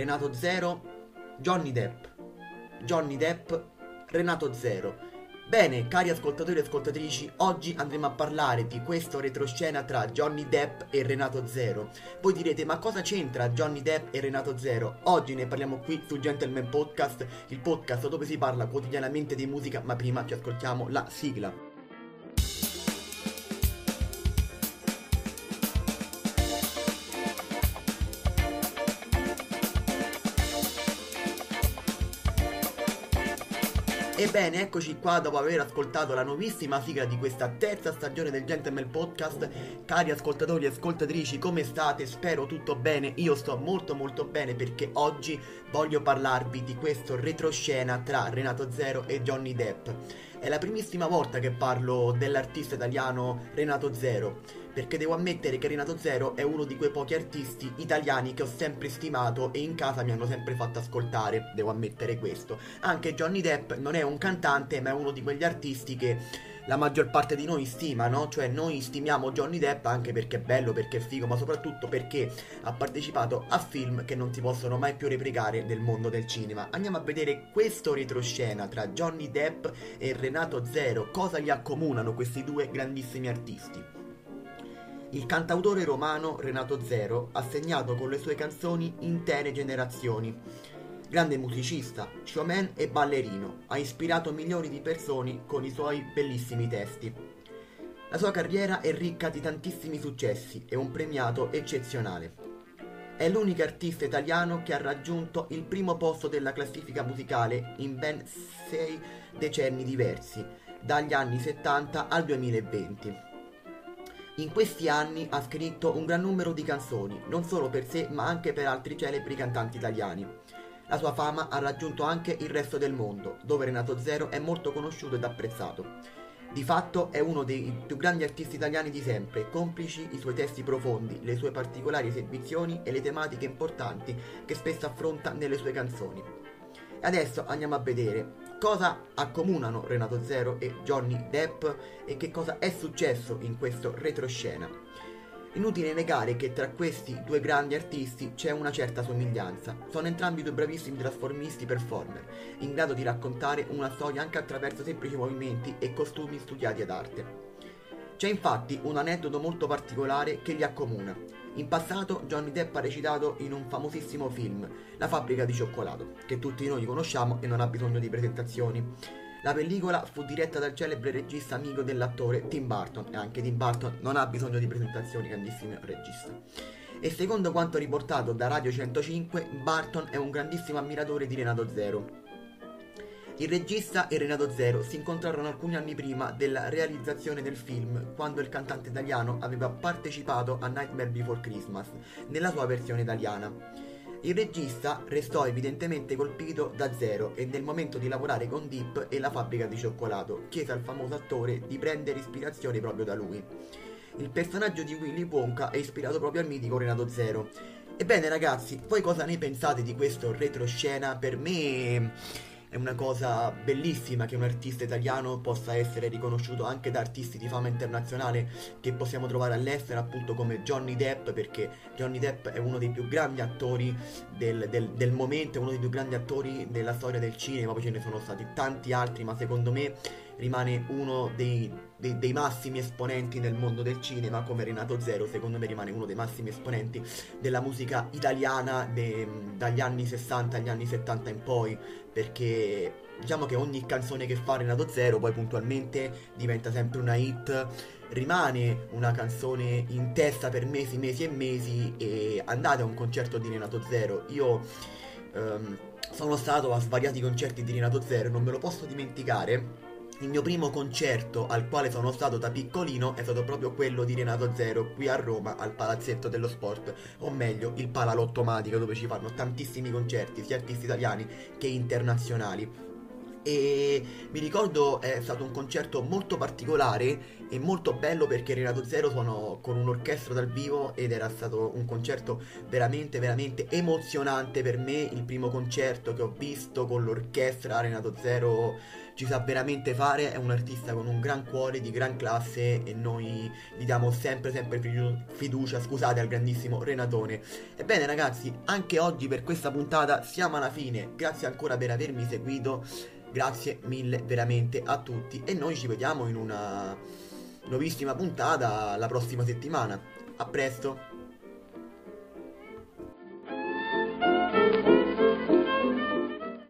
Renato Zero, Johnny Depp. Johnny Depp, Renato Zero. Bene, cari ascoltatori e ascoltatrici, oggi andremo a parlare di questo retroscena tra Johnny Depp e Renato Zero. Voi direte, ma cosa c'entra Johnny Depp e Renato Zero? Oggi ne parliamo qui su Gentleman Podcast, il podcast dove si parla quotidianamente di musica, ma prima ci ascoltiamo la sigla. Ebbene, eccoci qua dopo aver ascoltato la nuovissima sigla di questa terza stagione del Gentleman Podcast. Cari ascoltatori e ascoltatrici, come state? Spero tutto bene. Io sto molto bene perché oggi voglio parlarvi di questo retroscena tra Renato Zero e Johnny Depp. È la primissima volta che parlo dell'artista italiano Renato Zero, perché devo ammettere che Renato Zero è uno di quei pochi artisti italiani che ho sempre stimato e in casa mi hanno sempre fatto ascoltare, devo ammettere questo. Anche Johnny Depp non è un cantante, ma è uno di quegli artisti che la maggior parte di noi stima, no? Cioè noi stimiamo Johnny Depp anche perché è bello, perché è figo, ma soprattutto perché ha partecipato a film che non si possono mai più replicare nel mondo del cinema. Andiamo a vedere questo retroscena tra Johnny Depp e Renato Zero. Cosa li accomunano questi due grandissimi artisti? Il cantautore romano Renato Zero ha segnato con le sue canzoni intere generazioni. Grande musicista, showman e ballerino, ha ispirato milioni di persone con i suoi bellissimi testi. La sua carriera è ricca di tantissimi successi e un premiato eccezionale. È l'unico artista italiano che ha raggiunto il primo posto della classifica musicale in ben 6 decenni diversi, dagli anni 70 al 2020. In questi anni ha scritto un gran numero di canzoni, non solo per sé ma anche per altri celebri cantanti italiani. La sua fama ha raggiunto anche il resto del mondo, dove Renato Zero è molto conosciuto ed apprezzato. Di fatto è uno dei più grandi artisti italiani di sempre, complici i suoi testi profondi, le sue particolari esibizioni e le tematiche importanti che spesso affronta nelle sue canzoni. E adesso andiamo a vedere cosa accomunano Renato Zero e Johnny Depp e che cosa è successo in questo retroscena. Inutile negare che tra questi due grandi artisti c'è una certa somiglianza. Sono entrambi due bravissimi trasformisti performer, in grado di raccontare una storia anche attraverso semplici movimenti e costumi studiati ad arte. C'è infatti un aneddoto molto particolare che li accomuna. In passato Johnny Depp ha recitato in un famosissimo film, La fabbrica di cioccolato, che tutti noi conosciamo e non ha bisogno di presentazioni. La pellicola fu diretta dal celebre regista amico dell'attore Tim Burton, e anche Tim Burton non ha bisogno di presentazioni, grandissimo regista. E secondo quanto riportato da Radio 105, Burton è un grandissimo ammiratore di Renato Zero. Il regista e Renato Zero si incontrarono alcuni anni prima della realizzazione del film, quando il cantante italiano aveva partecipato a Nightmare Before Christmas, nella sua versione italiana. Il regista restò evidentemente colpito da Zero e nel momento di lavorare con Depp e la fabbrica di cioccolato chiese al famoso attore di prendere ispirazione proprio da lui. Il personaggio di Willy Wonka è ispirato proprio al mitico Renato Zero. Ebbene ragazzi, voi cosa ne pensate di questo retroscena? Per me è una cosa bellissima che un artista italiano possa essere riconosciuto anche da artisti di fama internazionale che possiamo trovare all'estero, appunto come Johnny Depp, perché Johnny Depp è uno dei più grandi attori del momento, è uno dei più grandi attori della storia del cinema, poi ce ne sono stati tanti altri, ma secondo me rimane uno dei massimi esponenti nel mondo del cinema, come Renato Zero secondo me rimane uno dei massimi esponenti della musica italiana dagli anni 60 agli anni 70 in poi, perché diciamo che ogni canzone che fa Renato Zero poi puntualmente diventa sempre una hit, rimane una canzone in testa per mesi e mesi. E andate a un concerto di Renato Zero, io sono stato a svariati concerti di Renato Zero, non me lo posso dimenticare. Il mio primo concerto al quale sono stato da piccolino è stato proprio quello di Renato Zero qui a Roma al Palazzetto dello Sport, o meglio il Palalotto Matica, dove ci fanno tantissimi concerti sia artisti italiani che internazionali. E mi ricordo è stato un concerto molto particolare e molto bello perché Renato Zero suonò con un'orchestra dal vivo ed era stato un concerto veramente emozionante per me, il primo concerto che ho visto con l'orchestra. Renato Zero ci sa veramente fare, è un artista con un gran cuore, di gran classe e noi gli diamo sempre fiducia, scusate, al grandissimo Renatone. Ebbene ragazzi, anche oggi per questa puntata siamo alla fine, grazie ancora per avermi seguito, grazie mille veramente a tutti e noi ci vediamo in una nuovissima puntata la prossima settimana. A presto!